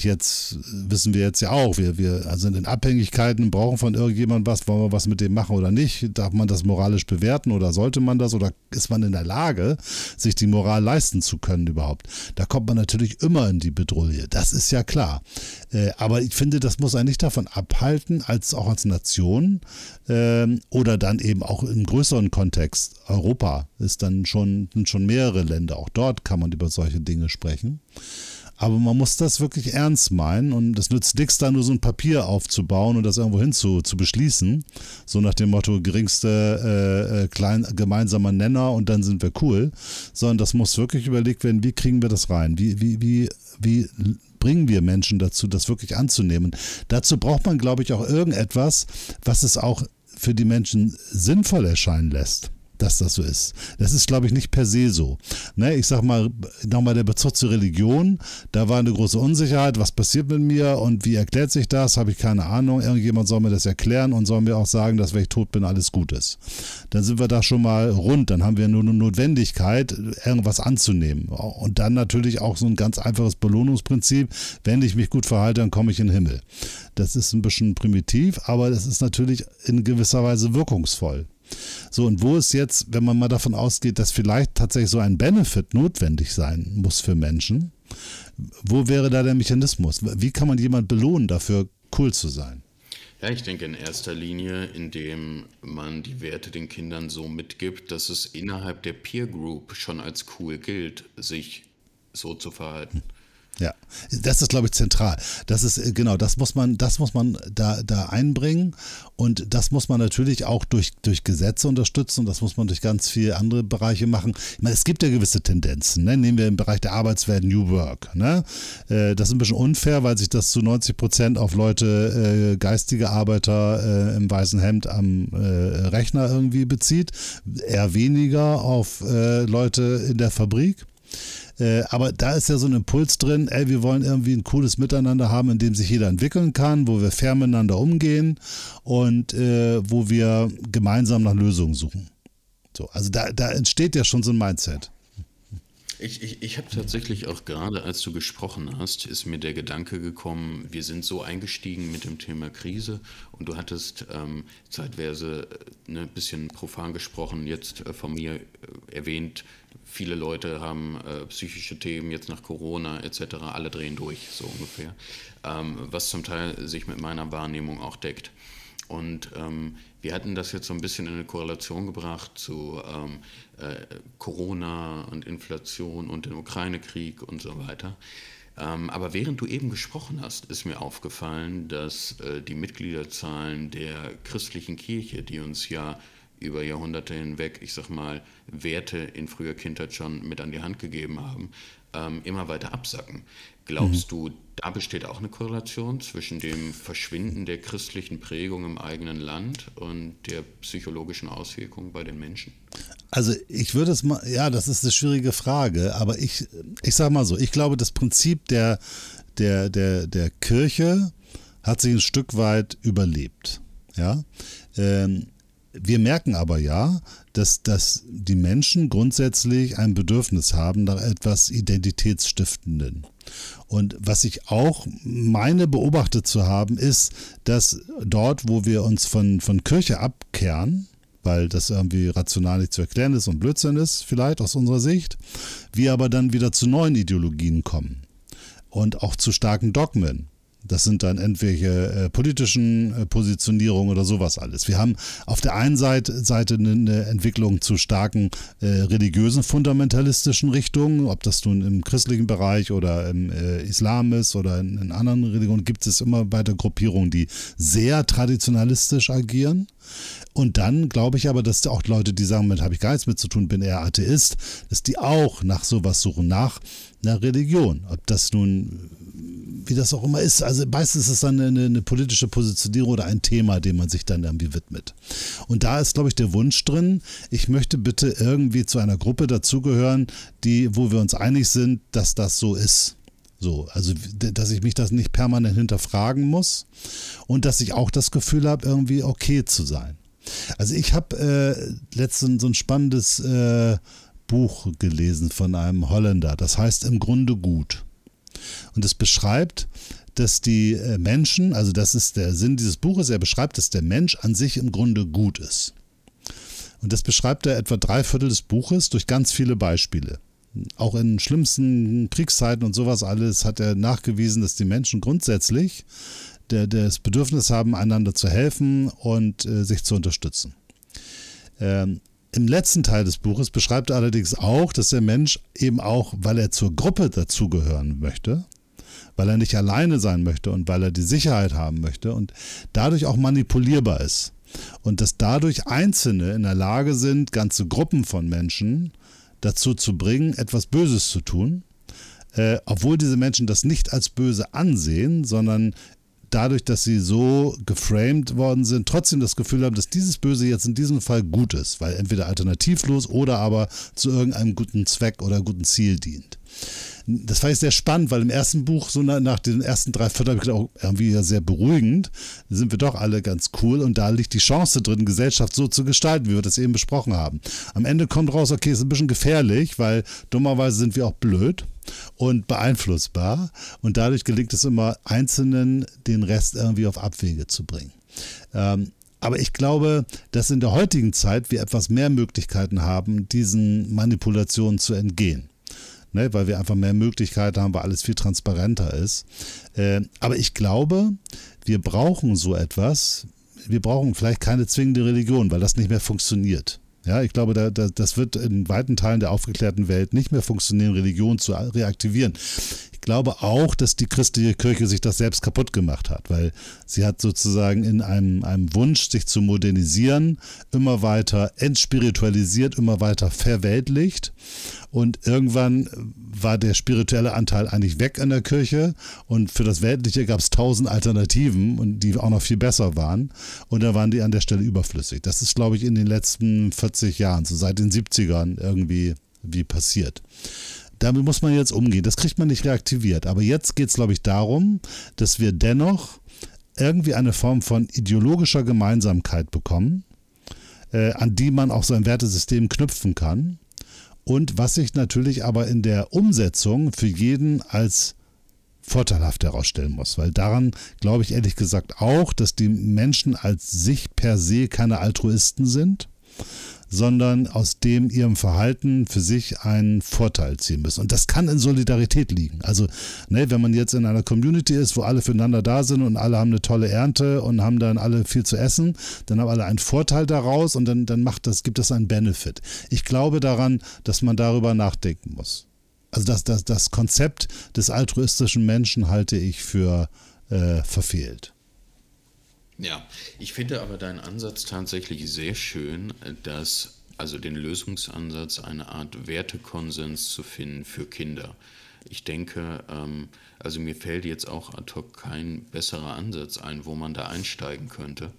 Speaker 1: wissen wir jetzt ja auch, wir sind in Abhängigkeiten, brauchen von irgendjemandem was, wollen wir was mit dem machen oder nicht, darf man das moralisch bewerten oder sollte man das oder ist man in der Lage, sich die Moral leisten zu können überhaupt? Da kommt man natürlich immer in die Bedrohung, das ist ja klar. Aber ich finde, das muss einen nicht davon abhalten, auch als Nation oder dann eben auch im größeren Kontext, Europa ist dann sind schon mehrere Länder. Auch dort kann man über solche Dinge sprechen. Aber man muss das wirklich ernst meinen und es nützt nichts, da nur so ein Papier aufzubauen und das irgendwo hin zu beschließen. So nach dem Motto, geringste gemeinsamer Nenner und dann sind wir cool. Sondern das muss wirklich überlegt werden, wie kriegen wir das rein? Wie bringen wir Menschen dazu, das wirklich anzunehmen? Dazu braucht man, glaube ich, auch irgendetwas, was es auch für die Menschen sinnvoll erscheinen lässt, dass das so ist. Das ist, glaube ich, nicht per se so. Ne, ich sag mal, nochmal der Bezug zur Religion, da war eine große Unsicherheit, was passiert mit mir und wie erklärt sich das, habe ich keine Ahnung, irgendjemand soll mir das erklären und soll mir auch sagen, dass wenn ich tot bin, alles gut ist. Dann sind wir da schon mal rund, dann haben wir nur eine Notwendigkeit, irgendwas anzunehmen. Und dann natürlich auch so ein ganz einfaches Belohnungsprinzip, wenn ich mich gut verhalte, dann komme ich in den Himmel. Das ist ein bisschen primitiv, aber das ist natürlich in gewisser Weise wirkungsvoll. So, und wo ist jetzt, wenn man mal davon ausgeht, dass vielleicht tatsächlich so ein Benefit notwendig sein muss für Menschen, wo wäre da der Mechanismus? Wie kann man jemand belohnen, dafür cool zu sein?
Speaker 2: Ja, ich denke in erster Linie, indem man die Werte den Kindern so mitgibt, dass es innerhalb der Peer Group schon als cool gilt, sich so zu verhalten.
Speaker 1: Ja, das ist, glaube ich, zentral. Das ist, genau, das muss man da einbringen und das muss man natürlich auch durch Gesetze unterstützen und das muss man durch ganz viele andere Bereiche machen. Ich meine, es gibt ja gewisse Tendenzen, ne? Nehmen wir im Bereich der Arbeitswelt New Work, ne? Das ist ein bisschen unfair, weil sich das zu 90% auf Leute, geistige Arbeiter im weißen Hemd am Rechner irgendwie bezieht, eher weniger auf Leute in der Fabrik. Aber da ist ja so ein Impuls drin, wir wollen irgendwie ein cooles Miteinander haben, in dem sich jeder entwickeln kann, wo wir fair miteinander umgehen und wo wir gemeinsam nach Lösungen suchen. So, also da entsteht ja schon so ein Mindset.
Speaker 2: Ich habe tatsächlich auch gerade, als du gesprochen hast, ist mir der Gedanke gekommen, wir sind so eingestiegen mit dem Thema Krise und du hattest zeitweise ein bisschen profan gesprochen, jetzt von mir erwähnt, viele Leute haben psychische Themen jetzt nach Corona etc., alle drehen durch, so ungefähr, was zum Teil sich mit meiner Wahrnehmung auch deckt. Und wir hatten das jetzt so ein bisschen in eine Korrelation gebracht zu Corona und Inflation und dem Ukraine-Krieg und so weiter. Aber während du eben gesprochen hast, ist mir aufgefallen, dass die Mitgliederzahlen der christlichen Kirche, die uns ja über Jahrhunderte hinweg, ich sag mal, Werte in früher Kindheit schon mit an die Hand gegeben haben, immer weiter absacken. Glaubst du, da besteht auch eine Korrelation zwischen dem Verschwinden der christlichen Prägung im eigenen Land und der psychologischen Auswirkung bei den Menschen?
Speaker 1: Also ich würde es mal, ja, das ist eine schwierige Frage, aber ich sage mal so, ich glaube, das Prinzip der Kirche hat sich ein Stück weit überlebt. Ja. Wir merken aber ja, dass die Menschen grundsätzlich ein Bedürfnis haben nach etwas Identitätsstiftenden. Und was ich auch meine beobachtet zu haben, ist, dass dort, wo wir uns von Kirche abkehren, weil das irgendwie rational nicht zu erklären ist und Blödsinn ist, vielleicht aus unserer Sicht, wir aber dann wieder zu neuen Ideologien kommen und auch zu starken Dogmen. Das sind dann irgendwelche politischen Positionierungen oder sowas alles. Wir haben auf der einen Seite eine Entwicklung zu starken religiösen, fundamentalistischen Richtungen, ob das nun im christlichen Bereich oder im Islam ist oder in anderen Religionen, gibt es immer weiter Gruppierungen, die sehr traditionalistisch agieren. Und dann glaube ich aber, dass auch Leute, die sagen, damit habe ich gar nichts mit zu tun, bin eher Atheist, dass die auch nach sowas suchen, nach einer Religion. Ob das nun, wie das auch immer ist, also meistens ist es dann eine politische Positionierung oder ein Thema, dem man sich dann irgendwie widmet. Und da ist, glaube ich, der Wunsch drin, ich möchte bitte irgendwie zu einer Gruppe dazugehören, wo wir uns einig sind, dass das so ist. So, also, dass ich mich das nicht permanent hinterfragen muss und dass ich auch das Gefühl habe, irgendwie okay zu sein. Also ich habe letztens so ein spannendes Buch gelesen von einem Holländer, das heißt im Grunde gut. Und es beschreibt, dass die Menschen, also das ist der Sinn dieses Buches, er beschreibt, dass der Mensch an sich im Grunde gut ist. Und das beschreibt er etwa 3/4 des Buches durch ganz viele Beispiele. Auch in schlimmsten Kriegszeiten und sowas alles hat er nachgewiesen, dass die Menschen grundsätzlich das Bedürfnis haben, einander zu helfen und sich zu unterstützen. Im letzten Teil des Buches beschreibt er allerdings auch, dass der Mensch eben auch, weil er zur Gruppe dazugehören möchte, weil er nicht alleine sein möchte und weil er die Sicherheit haben möchte und dadurch auch manipulierbar ist. Und dass dadurch Einzelne in der Lage sind, ganze Gruppen von Menschen dazu zu bringen, etwas Böses zu tun, obwohl diese Menschen das nicht als böse ansehen, sondern dadurch, dass sie so geframed worden sind, trotzdem das Gefühl haben, dass dieses Böse jetzt in diesem Fall gut ist, weil entweder alternativlos oder aber zu irgendeinem guten Zweck oder guten Ziel dient. Das fand ich sehr spannend, weil im ersten Buch, so nach den ersten 3/4, habe ich gedacht, oh, irgendwie ja sehr beruhigend, sind wir doch alle ganz cool und da liegt die Chance drin, Gesellschaft so zu gestalten, wie wir das eben besprochen haben. Am Ende kommt raus, okay, ist ein bisschen gefährlich, weil dummerweise sind wir auch blöd und beeinflussbar und dadurch gelingt es immer Einzelnen, den Rest irgendwie auf Abwege zu bringen. Aber ich glaube, dass in der heutigen Zeit wir etwas mehr Möglichkeiten haben, diesen Manipulationen zu entgehen. Ne, weil wir einfach mehr Möglichkeiten haben, weil alles viel transparenter ist. Aber ich glaube, wir brauchen so etwas. Wir brauchen vielleicht keine zwingende Religion, weil das nicht mehr funktioniert. Ja, ich glaube, das wird in weiten Teilen der aufgeklärten Welt nicht mehr funktionieren, Religion zu reaktivieren. Ich glaube auch, dass die christliche Kirche sich das selbst kaputt gemacht hat, weil sie hat sozusagen in einem Wunsch, sich zu modernisieren, immer weiter entspiritualisiert, immer weiter verweltlicht. Und irgendwann war der spirituelle Anteil eigentlich weg in der Kirche und für das Weltliche gab es 1000 Alternativen, und die auch noch viel besser waren. Und da waren die an der Stelle überflüssig. Das ist, glaube ich, in den letzten 40 Jahren, so seit den 70ern irgendwie wie passiert. Damit muss man jetzt umgehen. Das kriegt man nicht reaktiviert. Aber jetzt geht es, glaube ich, darum, dass wir dennoch irgendwie eine Form von ideologischer Gemeinsamkeit bekommen, an die man auch so ein Wertesystem knüpfen kann. Und was sich natürlich aber in der Umsetzung für jeden als vorteilhaft herausstellen muss. Weil daran glaube ich ehrlich gesagt auch, dass die Menschen als sich per se keine Altruisten sind, sondern aus dem ihrem Verhalten für sich einen Vorteil ziehen müssen. Und das kann in Solidarität liegen. Also, ne, wenn man jetzt in einer Community ist, wo alle füreinander da sind und alle haben eine tolle Ernte und haben dann alle viel zu essen, dann haben alle einen Vorteil daraus und dann gibt das einen Benefit. Ich glaube daran, dass man darüber nachdenken muss. Also das Konzept des altruistischen Menschen halte ich für verfehlt.
Speaker 2: Ja, ich finde aber deinen Ansatz tatsächlich sehr schön, also den Lösungsansatz, eine Art Wertekonsens zu finden für Kinder. Ich denke, also mir fällt jetzt auch ad hoc kein besserer Ansatz ein, wo man da einsteigen könnte,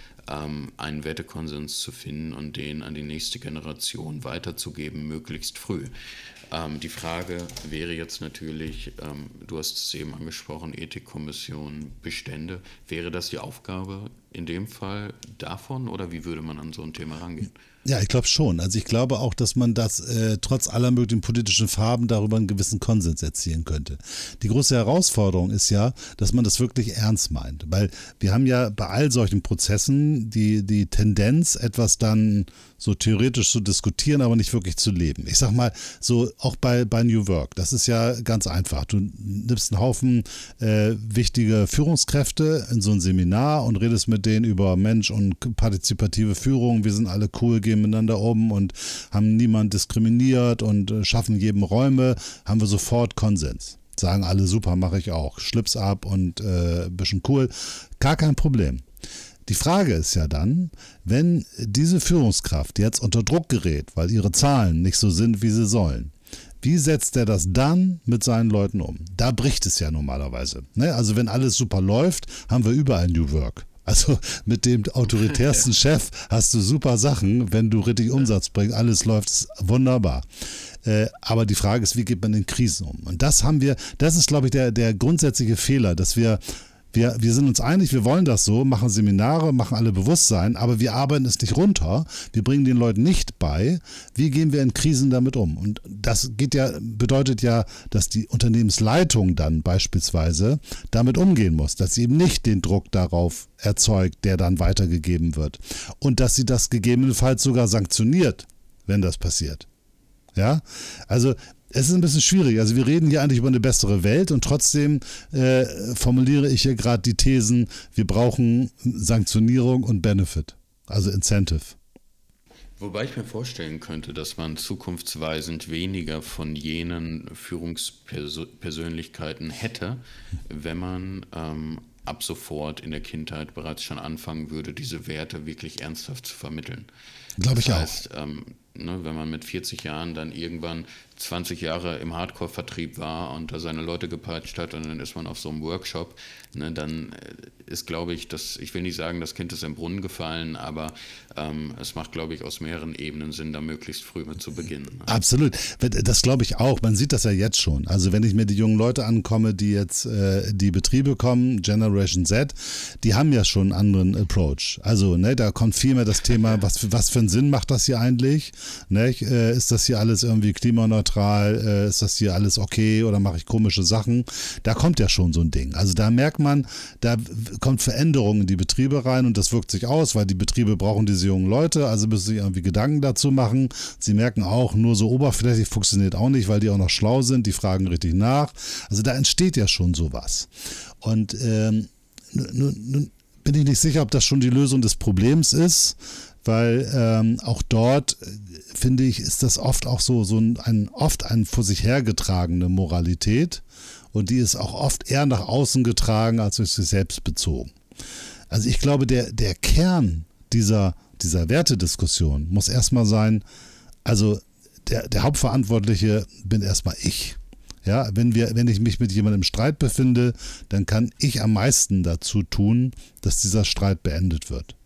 Speaker 2: einen Wertekonsens zu finden und den an die nächste Generation weiterzugeben, möglichst früh. Die Frage wäre jetzt natürlich, du hast es eben angesprochen, Ethikkommission, Bestände. Wäre das die Aufgabe in dem Fall davon oder wie würde man an so ein Thema rangehen?
Speaker 1: Ja, ich glaube schon. Also ich glaube auch, dass man das trotz aller möglichen politischen Farben darüber einen gewissen Konsens erzielen könnte. Die große Herausforderung ist ja, dass man das wirklich ernst meint. Weil wir haben ja bei all solchen Prozessen die Tendenz, etwas dann so theoretisch zu diskutieren, aber nicht wirklich zu leben. Ich sag mal, so auch bei New Work, das ist ja ganz einfach. Du nimmst einen Haufen wichtige Führungskräfte in so ein Seminar und redest mit denen über Mensch und partizipative Führung. Wir sind alle cool, gehen miteinander um und haben niemand diskriminiert und schaffen jedem Räume, haben wir sofort Konsens. Sagen alle, super, mache ich auch. Schlips ab und bisschen cool. Gar kein Problem. Die Frage ist ja dann, wenn diese Führungskraft jetzt unter Druck gerät, weil ihre Zahlen nicht so sind, wie sie sollen, wie setzt er das dann mit seinen Leuten um? Da bricht es ja normalerweise. Ne? Also wenn alles super läuft, haben wir überall New Work. Also mit dem autoritärsten Chef hast du super Sachen, wenn du richtig Umsatz bringst, alles läuft wunderbar. Aber die Frage ist, wie geht man in Krisen um? Und das ist, glaube ich, der grundsätzliche Fehler, dass wir sind uns einig, wir wollen das so, machen Seminare, machen alle Bewusstsein, aber wir arbeiten es nicht runter, wir bringen den Leuten nicht bei, wie gehen wir in Krisen damit um? Und das bedeutet ja, dass die Unternehmensleitung dann beispielsweise damit umgehen muss, dass sie eben nicht den Druck darauf erzeugt, der dann weitergegeben wird. Und dass sie das gegebenenfalls sogar sanktioniert, wenn das passiert. Ja, also es ist ein bisschen schwierig. Also wir reden hier eigentlich über eine bessere Welt und trotzdem formuliere ich hier gerade die Thesen, wir brauchen Sanktionierung und Benefit, also Incentive.
Speaker 2: Wobei ich mir vorstellen könnte, dass man zukunftsweisend weniger von jenen Führungspersönlichkeiten hätte, wenn man ab sofort in der Kindheit bereits schon anfangen würde, diese Werte wirklich ernsthaft zu vermitteln.
Speaker 1: Glaube ich auch.
Speaker 2: Das heißt, wenn man mit 40 Jahren dann irgendwann 20 Jahre im Hardcore-Vertrieb war und da seine Leute gepeitscht hat und dann ist man auf so einem Workshop, dann ist, glaube ich, ich will nicht sagen, das Kind ist im Brunnen gefallen, aber es macht, glaube ich, aus mehreren Ebenen Sinn, da möglichst früh mit zu beginnen.
Speaker 1: Absolut. Das glaube ich auch. Man sieht das ja jetzt schon. Also wenn ich mir die jungen Leute ankomme, die jetzt die Betriebe kommen, Generation Z, die haben ja schon einen anderen Approach. Also da kommt viel mehr das Thema, was für einen Sinn macht das hier eigentlich? Ist das hier alles irgendwie klimaneutral? Ist das hier alles okay oder mache ich komische Sachen? Da kommt ja schon so ein Ding. Also da merkt man, da kommt Veränderung in die Betriebe rein und das wirkt sich aus, weil die Betriebe brauchen diese jungen Leute, also müssen sie irgendwie Gedanken dazu machen. Sie merken auch, nur so oberflächlich funktioniert auch nicht, weil die auch noch schlau sind, die fragen richtig nach. Also da entsteht ja schon sowas. Und nun bin ich nicht sicher, ob das schon die Lösung des Problems ist, weil auch dort, finde ich, ist das oft auch so eine vor sich hergetragene Moralität und die ist auch oft eher nach außen getragen als durch sich selbst bezogen. Also ich glaube, der Kern dieser Wertediskussion muss erstmal sein, also der Hauptverantwortliche bin erstmal ich. Ja, wenn ich mich mit jemandem im Streit befinde, dann kann ich am meisten dazu tun, dass dieser Streit beendet wird.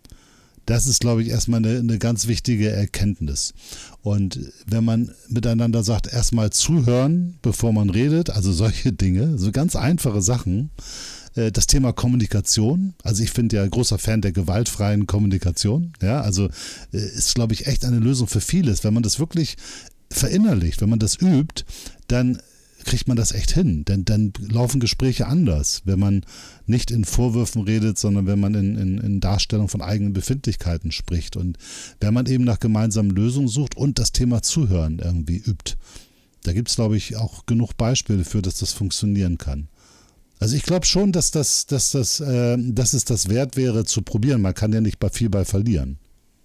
Speaker 1: Das ist, glaube ich, erstmal eine ganz wichtige Erkenntnis. Und wenn man miteinander sagt, erstmal zuhören, bevor man redet, also solche Dinge, so ganz einfache Sachen. Das Thema Kommunikation, also ich bin ja großer Fan der gewaltfreien Kommunikation. Ja, also ist, glaube ich, echt eine Lösung für vieles. Wenn man das wirklich verinnerlicht, wenn man das übt, dann kriegt man das echt hin. Denn dann laufen Gespräche anders, wenn man nicht in Vorwürfen redet, sondern wenn man in Darstellung von eigenen Befindlichkeiten spricht und wenn man eben nach gemeinsamen Lösungen sucht und das Thema Zuhören irgendwie übt. Da gibt es, glaube ich, auch genug Beispiele für, dass das funktionieren kann. Also ich glaube schon, dass es das wert wäre zu probieren. Man kann ja nicht viel bei verlieren.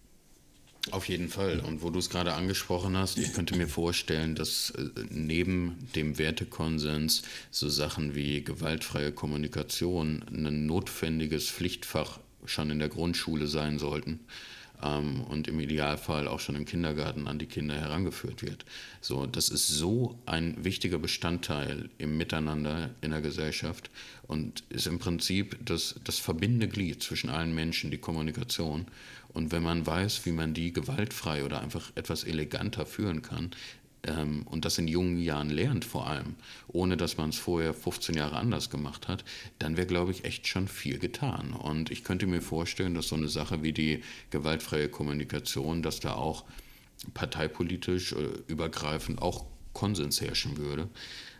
Speaker 2: Auf jeden Fall. Und wo du es gerade angesprochen hast, ich könnte mir vorstellen, dass neben dem Wertekonsens so Sachen wie gewaltfreie Kommunikation ein notwendiges Pflichtfach schon in der Grundschule sein sollten. Und im Idealfall auch schon im Kindergarten an die Kinder herangeführt wird. So, das ist so ein wichtiger Bestandteil im Miteinander in der Gesellschaft und ist im Prinzip das verbindende Glied zwischen allen Menschen, die Kommunikation. Und wenn man weiß, wie man die gewaltfrei oder einfach etwas eleganter führen kann, und das in jungen Jahren lernt vor allem, ohne dass man es vorher 15 Jahre anders gemacht hat, dann wäre, glaube ich, echt schon viel getan. Und ich könnte mir vorstellen, dass so eine Sache wie die gewaltfreie Kommunikation, dass da auch parteipolitisch übergreifend auch Konsens herrschen würde.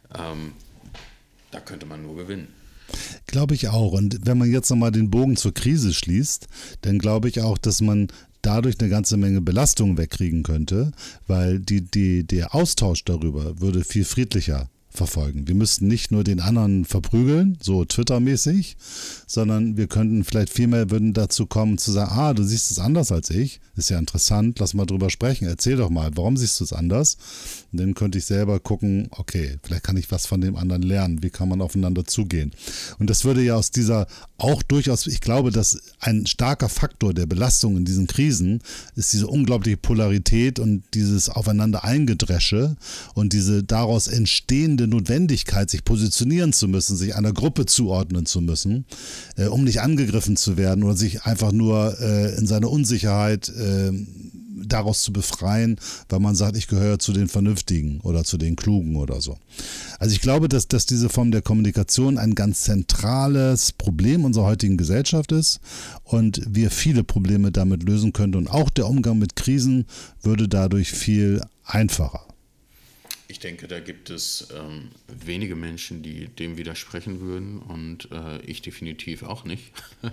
Speaker 2: Da könnte man nur gewinnen.
Speaker 1: Glaube ich auch. Und wenn man jetzt nochmal den Bogen zur Krise schließt, dann glaube ich auch, dass man dadurch eine ganze Menge Belastung wegkriegen könnte, weil der Austausch darüber würde viel friedlicher verfolgen. Wir müssten nicht nur den anderen verprügeln, so Twitter-mäßig, sondern wir könnten vielleicht viel mehr würden dazu kommen zu sagen, du siehst es anders als ich, ist ja interessant, lass mal drüber sprechen, erzähl doch mal, warum siehst du es anders? Und dann könnte ich selber gucken, okay, vielleicht kann ich was von dem anderen lernen, wie kann man aufeinander zugehen? Und das würde ja aus dieser auch durchaus, ich glaube, dass ein starker Faktor der Belastung in diesen Krisen ist diese unglaubliche Polarität und dieses Aufeinander eingedresche und diese daraus entstehenden Notwendigkeit, sich positionieren zu müssen, sich einer Gruppe zuordnen zu müssen, um nicht angegriffen zu werden oder sich einfach nur in seiner Unsicherheit daraus zu befreien, weil man sagt, ich gehöre zu den Vernünftigen oder zu den Klugen oder so. Also ich glaube, dass diese Form der Kommunikation ein ganz zentrales Problem unserer heutigen Gesellschaft ist und wir viele Probleme damit lösen könnten und auch der Umgang mit Krisen würde dadurch viel einfacher.
Speaker 2: Ich denke, da gibt es wenige Menschen, die dem widersprechen würden und ich definitiv auch nicht.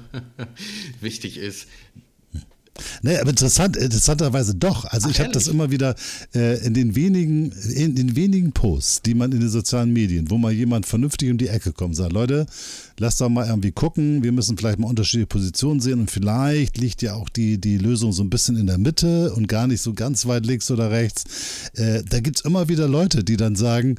Speaker 2: Wichtig ist,
Speaker 1: Ne, aber interessanterweise doch. Also ich habe das immer wieder in den wenigen Posts, die man in den sozialen Medien, wo mal jemand vernünftig um die Ecke kommt und sagt, Leute, lasst doch mal irgendwie gucken, wir müssen vielleicht mal unterschiedliche Positionen sehen und vielleicht liegt ja auch die Lösung so ein bisschen in der Mitte und gar nicht so ganz weit links oder rechts. Da gibt es immer wieder Leute, die dann sagen,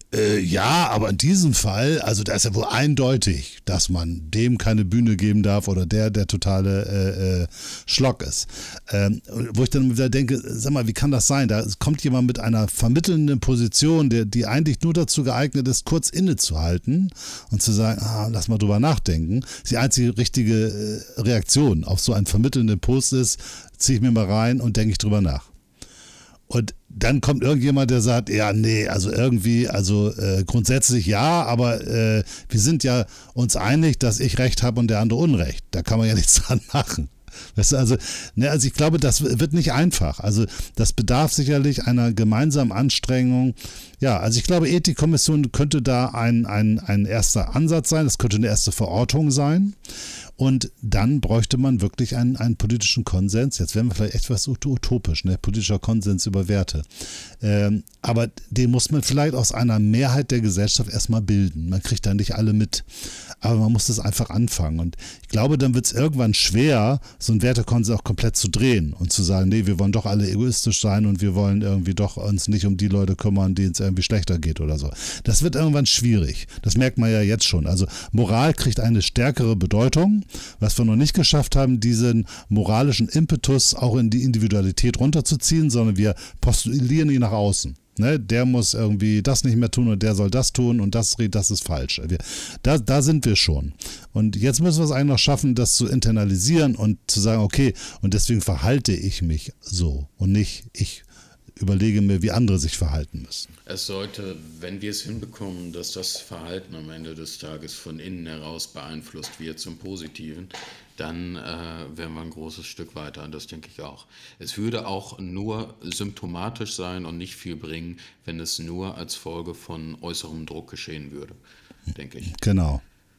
Speaker 1: ja, aber in diesem Fall, also da ist ja wohl eindeutig, dass man dem keine Bühne geben darf oder der totale Schlock ist. Wo ich dann wieder denke, sag mal, wie kann das sein? Da kommt jemand mit einer vermittelnden Position, die eigentlich nur dazu geeignet ist, kurz innezuhalten und zu sagen, lass mal drüber nachdenken. Die einzige richtige Reaktion auf so einen vermittelnden Post ist, ziehe ich mir mal rein und denke ich drüber nach. Und dann kommt irgendjemand, der sagt, ja, nee, also irgendwie, grundsätzlich ja, aber wir sind ja uns einig, dass ich Recht habe und der andere Unrecht. Da kann man ja nichts dran machen. Weißt du, also ich glaube, das wird nicht einfach. Also das bedarf sicherlich einer gemeinsamen Anstrengung. Ja, also ich glaube, Ethikkommission könnte da ein erster Ansatz sein, das könnte eine erste Verortung sein. Und dann bräuchte man wirklich einen politischen Konsens. Jetzt werden wir vielleicht etwas utopisch, ne? Politischer Konsens über Werte. Aber den muss man vielleicht aus einer Mehrheit der Gesellschaft erstmal bilden. Man kriegt da nicht alle mit. Aber man muss das einfach anfangen. Und ich glaube, dann wird es irgendwann schwer, so einen Wertekonsens auch komplett zu drehen und zu sagen, nee, wir wollen doch alle egoistisch sein und wir wollen irgendwie doch uns nicht um die Leute kümmern, denen es irgendwie schlechter geht oder so. Das wird irgendwann schwierig. Das merkt man ja jetzt schon. Also Moral kriegt eine stärkere Bedeutung. Was wir noch nicht geschafft haben, diesen moralischen Impetus auch in die Individualität runterzuziehen, sondern wir postulieren ihn nach außen. Ne, der muss irgendwie das nicht mehr tun und der soll das tun und das ist falsch. Da sind wir schon. Und jetzt müssen wir es eigentlich noch schaffen, das zu internalisieren und zu sagen, okay, und deswegen verhalte ich mich so und nicht ich überlege mir, wie andere sich verhalten müssen.
Speaker 2: Es sollte, wenn wir es hinbekommen, dass das Verhalten am Ende des Tages von innen heraus beeinflusst wird zum Positiven, dann wären wir ein großes Stück weiter. Und das denke ich auch. Es würde auch nur symptomatisch sein und nicht viel bringen, wenn es nur als Folge von äußerem Druck geschehen würde, denke ich.
Speaker 1: Genau.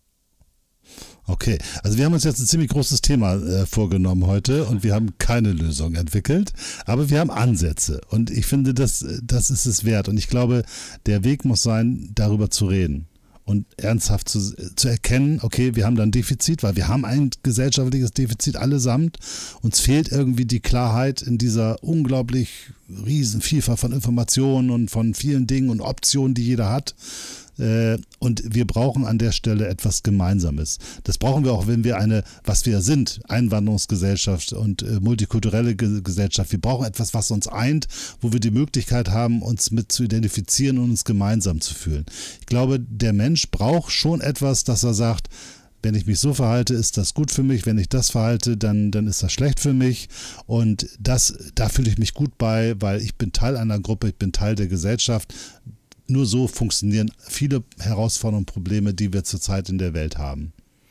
Speaker 1: Okay, also wir haben uns jetzt ein ziemlich großes Thema vorgenommen heute und wir haben keine Lösung entwickelt, aber wir haben Ansätze und ich finde, das ist es wert und ich glaube, der Weg muss sein, darüber zu reden und ernsthaft zu erkennen, okay, wir haben da ein Defizit, weil wir haben ein gesellschaftliches Defizit allesamt, uns fehlt irgendwie die Klarheit in dieser unglaublich riesen Vielfalt von Informationen und von vielen Dingen und Optionen, die jeder hat. Und wir brauchen an der Stelle etwas Gemeinsames. Das brauchen wir auch, wenn wir was wir sind, Einwanderungsgesellschaft und multikulturelle Gesellschaft. Wir brauchen etwas, was uns eint, wo wir die Möglichkeit haben, uns mit zu identifizieren und uns gemeinsam zu fühlen. Ich glaube, der Mensch braucht schon etwas, dass er sagt, wenn ich mich so verhalte, ist das gut für mich. Wenn ich das verhalte, dann ist das schlecht für mich. Und da fühle ich mich gut bei, weil ich bin Teil einer Gruppe, ich bin Teil der Gesellschaft. Nur so funktionieren viele Herausforderungen und Probleme, die wir zurzeit in der Welt haben.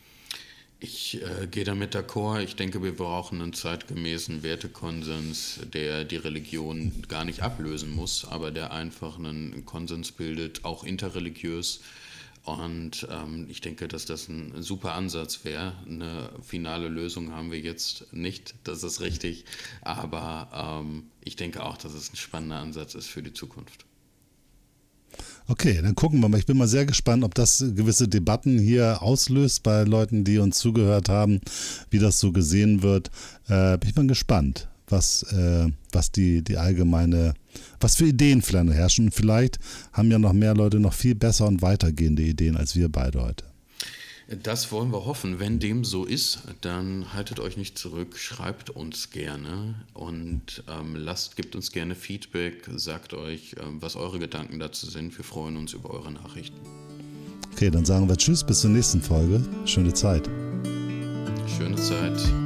Speaker 2: Ich gehe damit d'accord. Ich denke, wir brauchen einen zeitgemäßen Wertekonsens, der die Religion gar nicht ablösen muss, aber der einfach einen Konsens bildet, auch interreligiös. Und ich denke, dass das ein super Ansatz wäre. Eine finale Lösung haben wir jetzt nicht, das ist richtig. Aber ich denke auch, dass es ein spannender Ansatz ist für die Zukunft.
Speaker 1: Okay, dann gucken wir mal. Ich bin mal sehr gespannt, ob das gewisse Debatten hier auslöst bei Leuten, die uns zugehört haben, wie das so gesehen wird. Bin ich mal gespannt, was die allgemeine, was für Ideen vielleicht noch herrschen. Und vielleicht haben ja noch mehr Leute noch viel besser und weitergehende Ideen als wir beide heute.
Speaker 2: Das wollen wir hoffen. Wenn dem so ist, dann haltet euch nicht zurück, schreibt uns gerne und gebt uns gerne Feedback, sagt euch, was eure Gedanken dazu sind. Wir freuen uns über eure Nachrichten.
Speaker 1: Okay, dann sagen wir Tschüss, bis zur nächsten Folge. Schöne Zeit.
Speaker 2: Schöne Zeit.